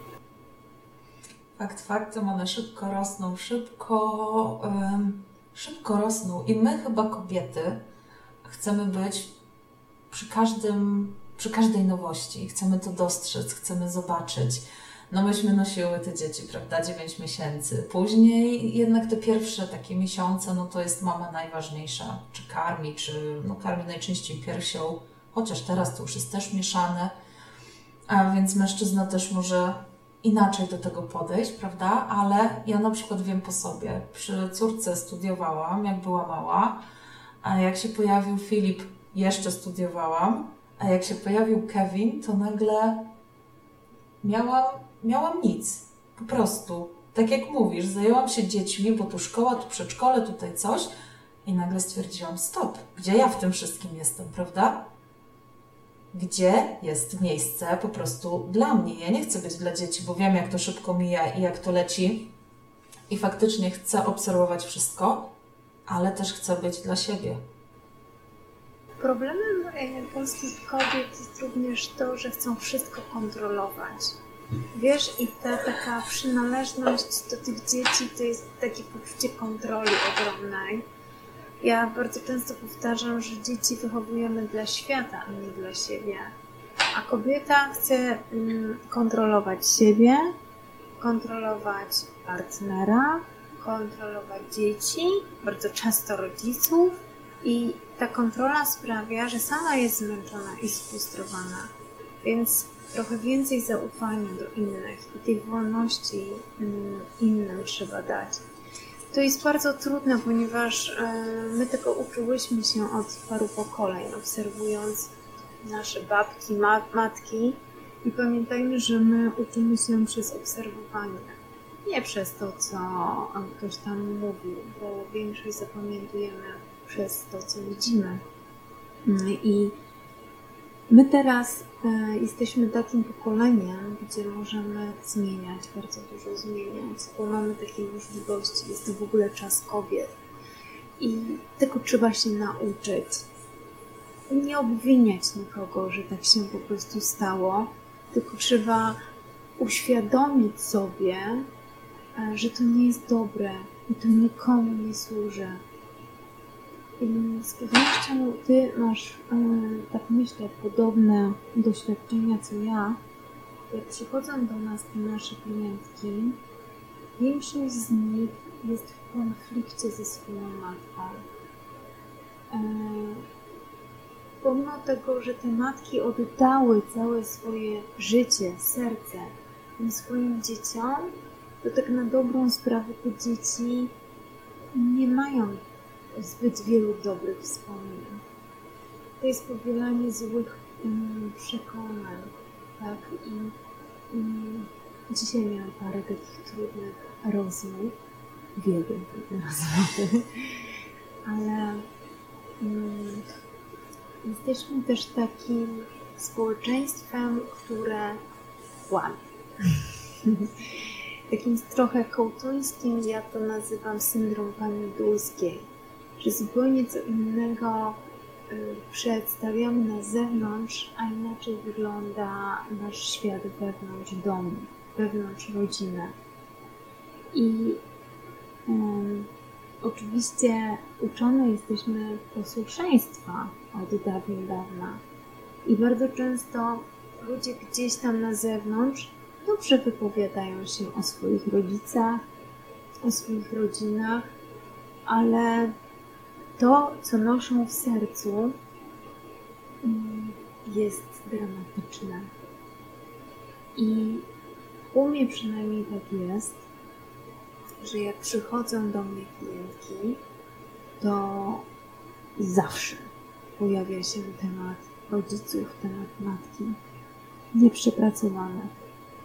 Fakt faktem, one szybko rosną, szybko, um, szybko rosną. I my chyba kobiety chcemy być przy każdym, przy każdej nowości. Chcemy to dostrzec, chcemy zobaczyć. No myśmy nosiły te dzieci, prawda, dziewięć miesięcy. Później jednak te pierwsze takie miesiące, no to jest mama najważniejsza. Czy karmi, czy no karmi najczęściej piersią, chociaż teraz to już jest też mieszane. A więc mężczyzna też może inaczej do tego podejść, prawda, ale ja na przykład wiem po sobie. Przy córce studiowałam, jak była mała, a jak się pojawił Filip, jeszcze studiowałam, a jak się pojawił Kevin, to nagle miałam Miałam nic, po prostu. Tak jak mówisz, zajęłam się dziećmi, bo tu szkoła, tu przedszkole, tutaj coś i nagle stwierdziłam, stop, gdzie ja w tym wszystkim jestem, prawda? Gdzie jest miejsce po prostu dla mnie? Ja nie chcę być dla dzieci, bo wiem, jak to szybko mija i jak to leci i faktycznie chcę obserwować wszystko, ale też chcę być dla siebie. Problemem polskich kobiet jest również to, że chcą wszystko kontrolować. Wiesz, i ta taka przynależność do tych dzieci to jest takie poczucie kontroli ogromnej. Ja bardzo często powtarzam, że dzieci wychowujemy dla świata, a nie dla siebie. A kobieta chce mm, kontrolować siebie, kontrolować partnera, kontrolować dzieci, bardzo często rodziców i ta kontrola sprawia, że sama jest zmęczona i sfrustrowana. Więc trochę więcej zaufania do innych i tej wolności innym trzeba dać. To jest bardzo trudne, ponieważ my tego uczyłyśmy się od paru pokoleń, obserwując nasze babki, matki i pamiętajmy, że my uczymy się przez obserwowanie, nie przez to, co ktoś tam mówił, bo większość zapamiętujemy przez to, co widzimy. I my teraz e, jesteśmy takim pokoleniem, gdzie możemy zmieniać, bardzo dużo zmieniać, bo mamy takie możliwości, jest to w ogóle czas kobiet i tego trzeba się nauczyć. Nie obwiniać nikogo, że tak się po prostu stało, tylko trzeba uświadomić sobie, e, że to nie jest dobre i to nikomu nie służy. I z pewnością Ty masz, tak myślę, podobne doświadczenia co ja. Jak przychodzą do nas te nasze klientki, większość z nich jest w konflikcie ze swoją matką. Pomimo tego, że te matki oddały całe swoje życie, serce tym swoim dzieciom, to tak na dobrą sprawę te dzieci nie mają zbyt wielu dobrych wspomnień. To jest powielanie złych um, przekonań, tak? I um, dzisiaj miałam parę takich trudnych rozmów, uwielbiam trudne rozmowy, ale um, jesteśmy też takim społeczeństwem, które kłamie. takim trochę kołtuńskim, ja to nazywam syndrom pani Dulskiej, że zupełnie co innego y, przedstawiamy na zewnątrz, a inaczej wygląda nasz świat wewnątrz domu, wewnątrz rodziny. I y, oczywiście uczone jesteśmy posłuszeństwa od dawien dawna i bardzo często ludzie gdzieś tam na zewnątrz dobrze wypowiadają się o swoich rodzicach, o swoich rodzinach, ale to, co noszą w sercu, jest dramatyczne. I u mnie przynajmniej tak jest, że jak przychodzą do mnie klientki, to zawsze pojawia się temat rodziców, temat matki, nieprzepracowane.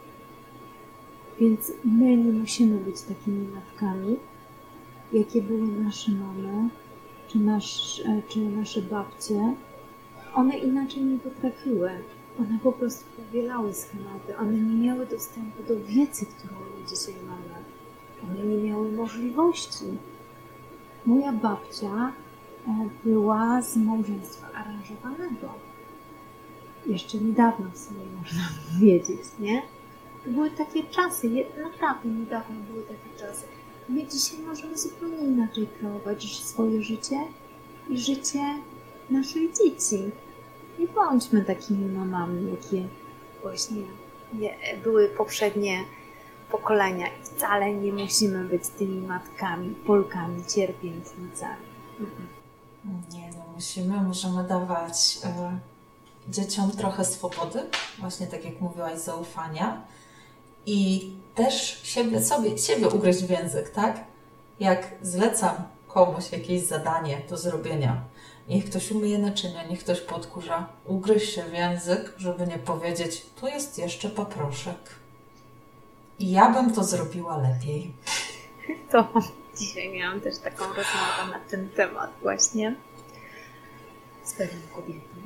Więc my nie musimy być takimi matkami, jakie były nasze mamy, czy, nasz, czy nasze babcie. One inaczej nie potrafiły. One po prostu powielały schematy. One nie miały dostępu do wiedzy, którą my dzisiaj mamy. One nie miały możliwości. Moja babcia była z małżeństwa aranżowanego. Jeszcze niedawno w sumie można powiedzieć, nie? To były takie czasy, naprawdę niedawno były takie czasy. My dzisiaj możemy zupełnie inaczej kreować swoje życie i życie naszych dzieci. Nie bądźmy takimi mamami, jakie właśnie były poprzednie pokolenia i wcale nie musimy być tymi matkami, Polkami, cierpiętnicami. Nie, nie musimy. Możemy dawać y, dzieciom trochę swobody, właśnie tak jak mówiłaś, zaufania i też siebie, sobie, siebie ugryźć w język, tak? Jak zlecam komuś jakieś zadanie do zrobienia, niech ktoś umyje naczynia, niech ktoś podkurza, ugryź się w język, żeby nie powiedzieć, to jest jeszcze paproszek. I ja bym to zrobiła lepiej. To dzisiaj miałam też taką rozmowę na ten temat właśnie z pewną kobietą,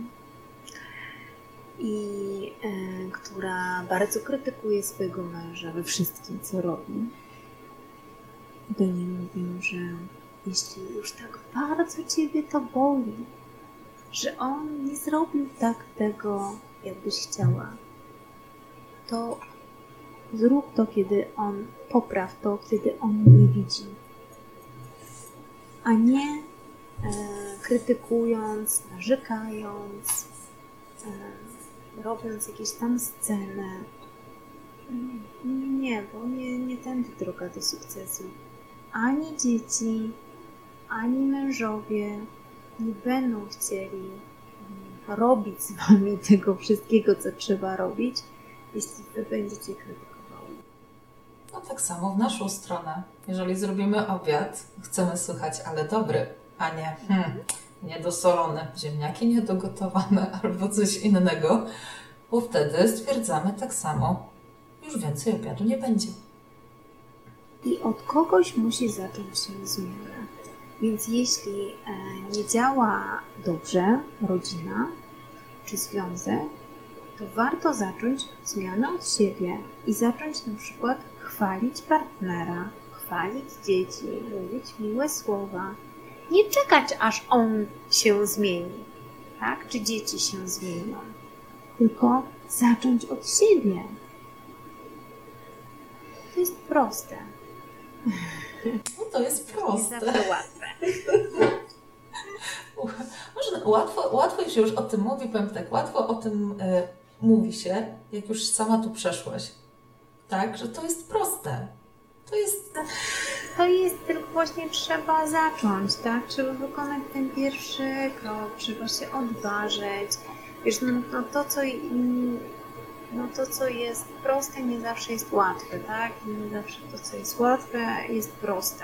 i e, która bardzo krytykuje swojego męża we wszystkim, co robi. Do niej mówię, że jeśli już tak bardzo Ciebie to boli, że on nie zrobił tak tego, jakbyś chciała, to zrób to, kiedy on, popraw to, kiedy on nie widzi. A nie e, krytykując, narzekając, e, robiąc jakieś tam sceny. Nie, bo nie, nie tędy droga do sukcesu. Ani dzieci, ani mężowie nie będą chcieli robić z Wami tego wszystkiego, co trzeba robić, jeśli Wy będziecie krytykowali. No tak samo w naszą stronę. Jeżeli zrobimy obiad, chcemy słychać, ale dobry, a nie hmm, niedosolone, ziemniaki niedogotowane albo coś innego, bo wtedy stwierdzamy tak samo, już więcej obiadu nie będzie. I od kogoś musi zacząć się zmiana. Więc jeśli e, nie działa dobrze rodzina czy związek, to warto zacząć zmianę od siebie i zacząć na przykład chwalić partnera, chwalić dzieci, mówić miłe słowa. Nie czekać, aż on się zmieni, tak? Czy dzieci się zmienią, tylko zacząć od siebie. To jest proste. No to jest proste. Nie zawsze łatwe. Można, łatwo, łatwo się już o tym mówi, powiem tak, łatwo o tym y, mówi się, jak już sama tu przeszłaś. Tak, że to jest proste. To jest... To jest tylko właśnie trzeba zacząć, tak? Trzeba wykonać ten pierwszy krok, trzeba się odważyć. Wiesz, no, no to, co... No to, co jest proste, nie zawsze jest łatwe, tak? Nie zawsze to, co jest łatwe, jest proste.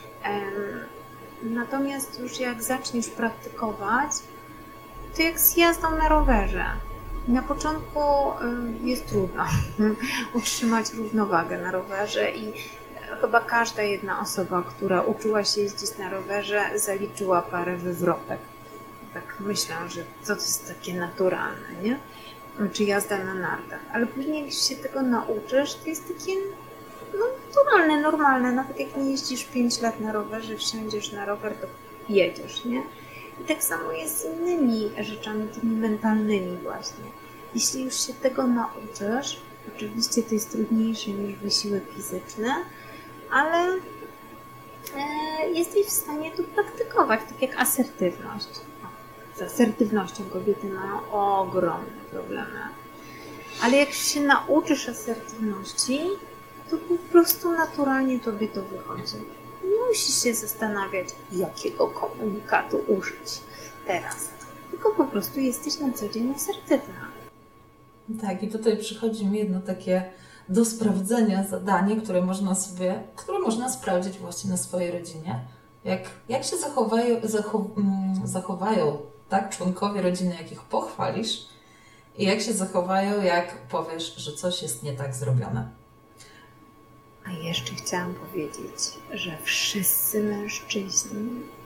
Natomiast już jak zaczniesz praktykować, to jak z jazdą na rowerze. Na początku jest trudno utrzymać równowagę na rowerze i chyba każda jedna osoba, która uczyła się jeździć na rowerze, zaliczyła parę wywrotek. Tak myślę, że to jest takie naturalne, nie? Czy jazda na nartach. Ale później jak się tego nauczysz, to jest takie no, naturalne, normalne. Nawet jak nie jeździsz pięć lat na rowerze, wsiądziesz na rower, to jedziesz, nie? I tak samo jest z innymi rzeczami, tymi mentalnymi właśnie. Jeśli już się tego nauczysz, oczywiście to jest trudniejsze niż wysiłek fizyczny, ale jesteś w stanie to praktykować, tak jak asertywność. Z asertywnością kobiety mają ogromne problemy. Ale jak się nauczysz asertywności, to po prostu naturalnie tobie to wychodzi. Nie musisz się zastanawiać, jakiego komunikatu użyć teraz. Tylko po prostu jesteś na co dzień asertywna. Tak, i tutaj przychodzi mi jedno takie do sprawdzenia zadanie, które można sobie, które można sprawdzić właśnie na swojej rodzinie. Jak, jak się zachowają, zachow, zachowają tak, członkowie rodziny, jakich pochwalisz, i jak się zachowają, jak powiesz, że coś jest nie tak zrobione. A jeszcze chciałam powiedzieć, że wszyscy mężczyźni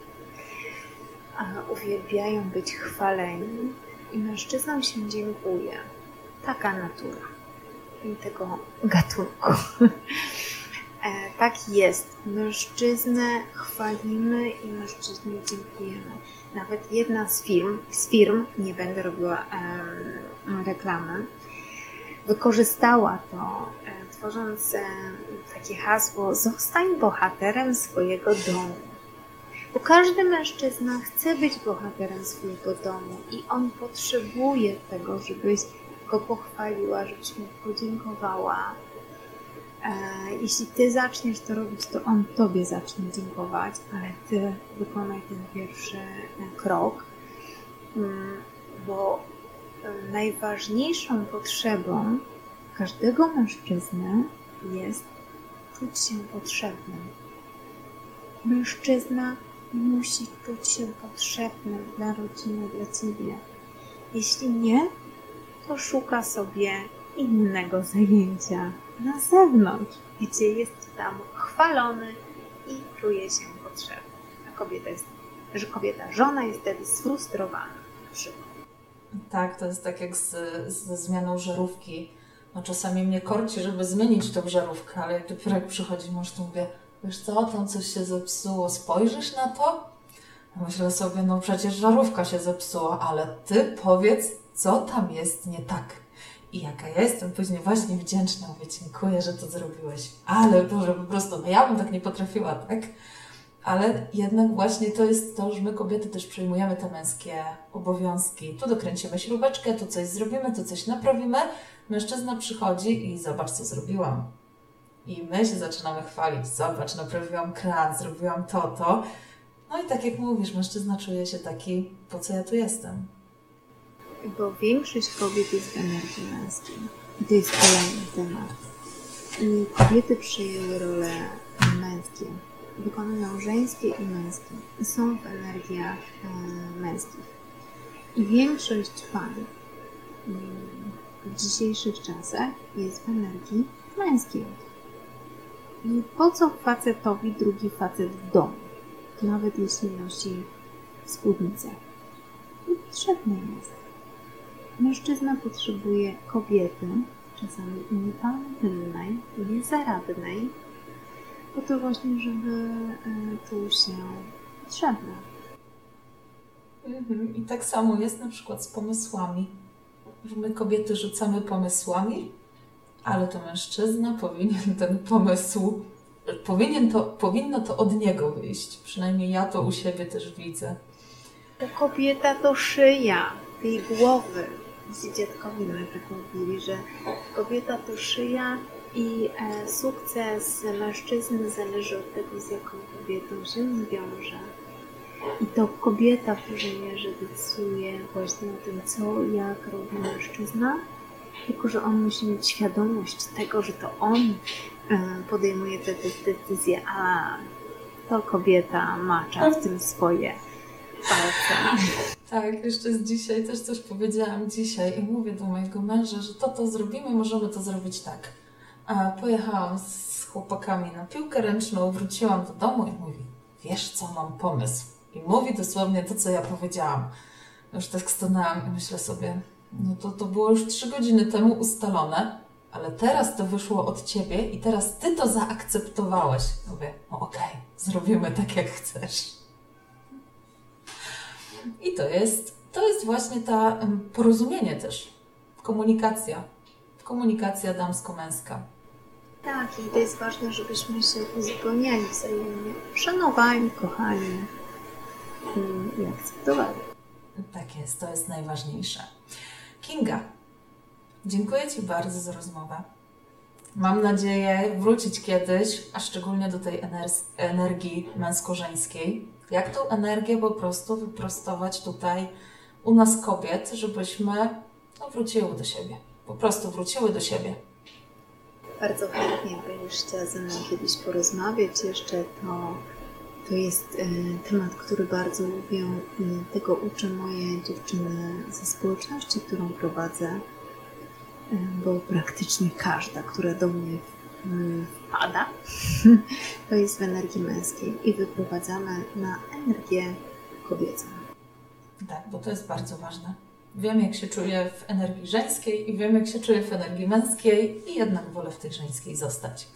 uwielbiają być chwaleni i mężczyznom się dziękuje. Taka natura tego gatunku. E, tak jest. Mężczyznę chwalimy i mężczyźnie dziękujemy. Nawet jedna z firm, z firm nie będę robiła e, reklamy, wykorzystała to, e, tworząc e, takie hasło: zostań bohaterem swojego domu. Bo każdy mężczyzna chce być bohaterem swojego domu i on potrzebuje tego, żebyś go pochwaliła, żebyś mu podziękowała. E, jeśli ty zaczniesz to robić, to on tobie zacznie dziękować, ale ty wykonaj ten pierwszy krok, bo najważniejszą potrzebą każdego mężczyzny jest czuć się potrzebnym. Mężczyzna musi czuć się potrzebnym dla rodziny, dla ciebie. Jeśli nie, to szuka sobie innego zajęcia na zewnątrz, gdzie jest tam chwalony i czuje się potrzebny. A kobieta jest, że kobieta, żona jest wtedy sfrustrowana. Tak, to jest tak jak z, ze zmianą żarówki. No czasami mnie korci, żeby zmienić tą żarówkę, ale jak dopiero jak przychodzi mąż, to mówię: wiesz co, tam coś się zepsuło, spojrzysz na to? Myślę sobie, no przecież żarówka się zepsuła, ale ty powiedz, co tam jest nie tak. I jaka ja jestem później właśnie wdzięczna. Mówię: dziękuję, że to zrobiłeś. Ale Boże, po prostu, no ja bym tak nie potrafiła, tak? Ale jednak właśnie to jest to, że my kobiety też przejmujemy te męskie obowiązki. Tu dokręcimy śrubeczkę, tu coś zrobimy, tu coś naprawimy. Mężczyzna przychodzi i zobacz, co zrobiłam. I my się zaczynamy chwalić. Zobacz, naprawiłam kran, zrobiłam to, to. No i tak jak mówisz, mężczyzna czuje się taki: po co ja tu jestem? Bo większość kobiet jest w energii męskiej. I to jest kolejny temat. I kobiety przyjęły rolę męskie. Wykonują żeńskie i męskie. I są w energiach e, męskich. I większość pań w dzisiejszych czasach jest w energii męskiej. I po co facetowi drugi facet w domu? Nawet jeśli nosi spódnicę. Potrzebny jest. Mężczyzna potrzebuje kobiety, czasami infantylnej, niezaradnej, po to właśnie, żeby czuł się potrzebny. Mhm. I tak samo jest na przykład z pomysłami. Że my kobiety rzucamy pomysłami, ale to mężczyzna powinien ten pomysł, powinien to, powinno to od niego wyjść. Przynajmniej ja to u siebie też widzę. To kobieta to szyja tej głowy. Dziadkowie mi tak mówili, że kobieta to szyja i e, sukces mężczyzny zależy od tego, z jaką kobietą się zwiąże. I to kobieta w dużej mierze decyduje właśnie o tym, co, jak robi mężczyzna, tylko że on musi mieć świadomość tego, że to on e, podejmuje te, te decyzje, a to kobieta macza w tym swoje palce. Tak, jeszcze z dzisiaj też coś powiedziałam dzisiaj i mówię do mojego męża, że to, to zrobimy, możemy to zrobić tak. A pojechałam z chłopakami na piłkę ręczną, wróciłam do domu i mówi: wiesz co, mam pomysł. I mówi dosłownie to, co ja powiedziałam. Już tak stanęłam i myślę sobie, no to, to było już trzy godziny temu ustalone, ale teraz to wyszło od Ciebie i teraz Ty to zaakceptowałeś. Mówię, no okej, okay, zrobimy tak jak chcesz. I to jest, to jest właśnie ta um, porozumienie też, komunikacja, komunikacja damsko-męska. Tak, i to jest ważne, żebyśmy się uzupełniali wzajemnie, szanowali, kochali i akceptowali. Tak jest, to jest najważniejsze. Kinga, dziękuję Ci bardzo za rozmowę. Mam nadzieję wrócić kiedyś, a szczególnie do tej ener- energii męsko-żeńskiej. Jak tą energię po prostu wyprostować tutaj u nas kobiet, żebyśmy no, wróciły do siebie. Po prostu wróciły do siebie. Bardzo chętnie będziesz chciała ze mną kiedyś porozmawiać jeszcze, to, to jest y, temat, który bardzo lubię i tego uczę moje dziewczyny ze społeczności, którą prowadzę, y, bo praktycznie każda, która do mnie y, wpada, to jest w energii męskiej i wyprowadzamy na energię kobiecą. Tak, bo to jest bardzo ważne. Wiem, jak się czuję w energii żeńskiej i wiem, jak się czuję w energii męskiej i jednak wolę w tej żeńskiej zostać.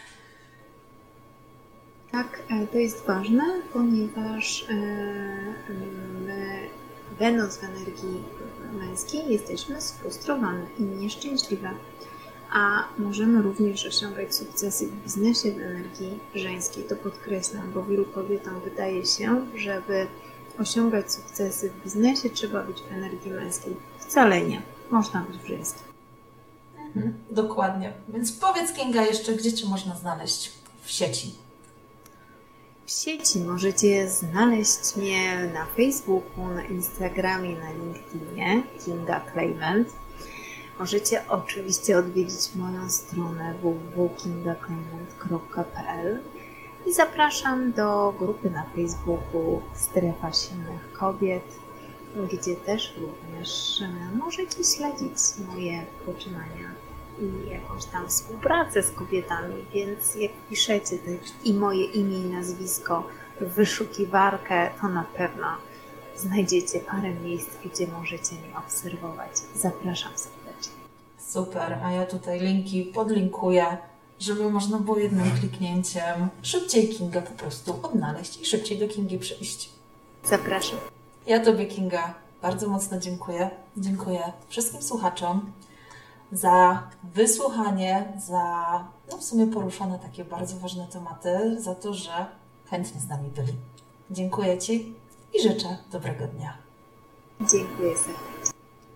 Tak, to jest ważne, ponieważ my, będąc w energii męskiej, jesteśmy sfrustrowane i nieszczęśliwe, a możemy również osiągać sukcesy w biznesie w energii żeńskiej. To podkreślam, bo wielu kobietom wydaje się, żeby osiągać sukcesy w biznesie trzeba być w energii męskiej. Wcale nie. Można być w żeńskiej. Mhm, dokładnie. Więc powiedz, Kinga, jeszcze, gdzie Cię można znaleźć w sieci? W sieci możecie znaleźć mnie na Facebooku, na Instagramie, na LinkedInie, Kinga Claimant. Możecie oczywiście odwiedzić moją stronę w w w kropka kinga claimant kropka p l i zapraszam do grupy na Facebooku Strefa Silnych Kobiet, gdzie też również możecie śledzić moje poczynania i jakąś tam współpracę z kobietami, więc jak piszecie też i moje imię i nazwisko w wyszukiwarkę, to na pewno znajdziecie parę miejsc, gdzie możecie mnie obserwować. Zapraszam serdecznie. Super, a ja tutaj linki podlinkuję, żeby można było jednym kliknięciem szybciej Kingę po prostu odnaleźć i szybciej do Kingi przyjść. Zapraszam. Ja Tobie, Kinga, bardzo mocno dziękuję. Dziękuję wszystkim słuchaczom za wysłuchanie, za no w sumie poruszone takie bardzo ważne tematy, za to, że chętnie z nami byli. Dziękuję Ci i życzę dobrego dnia. Dziękuję serdecznie.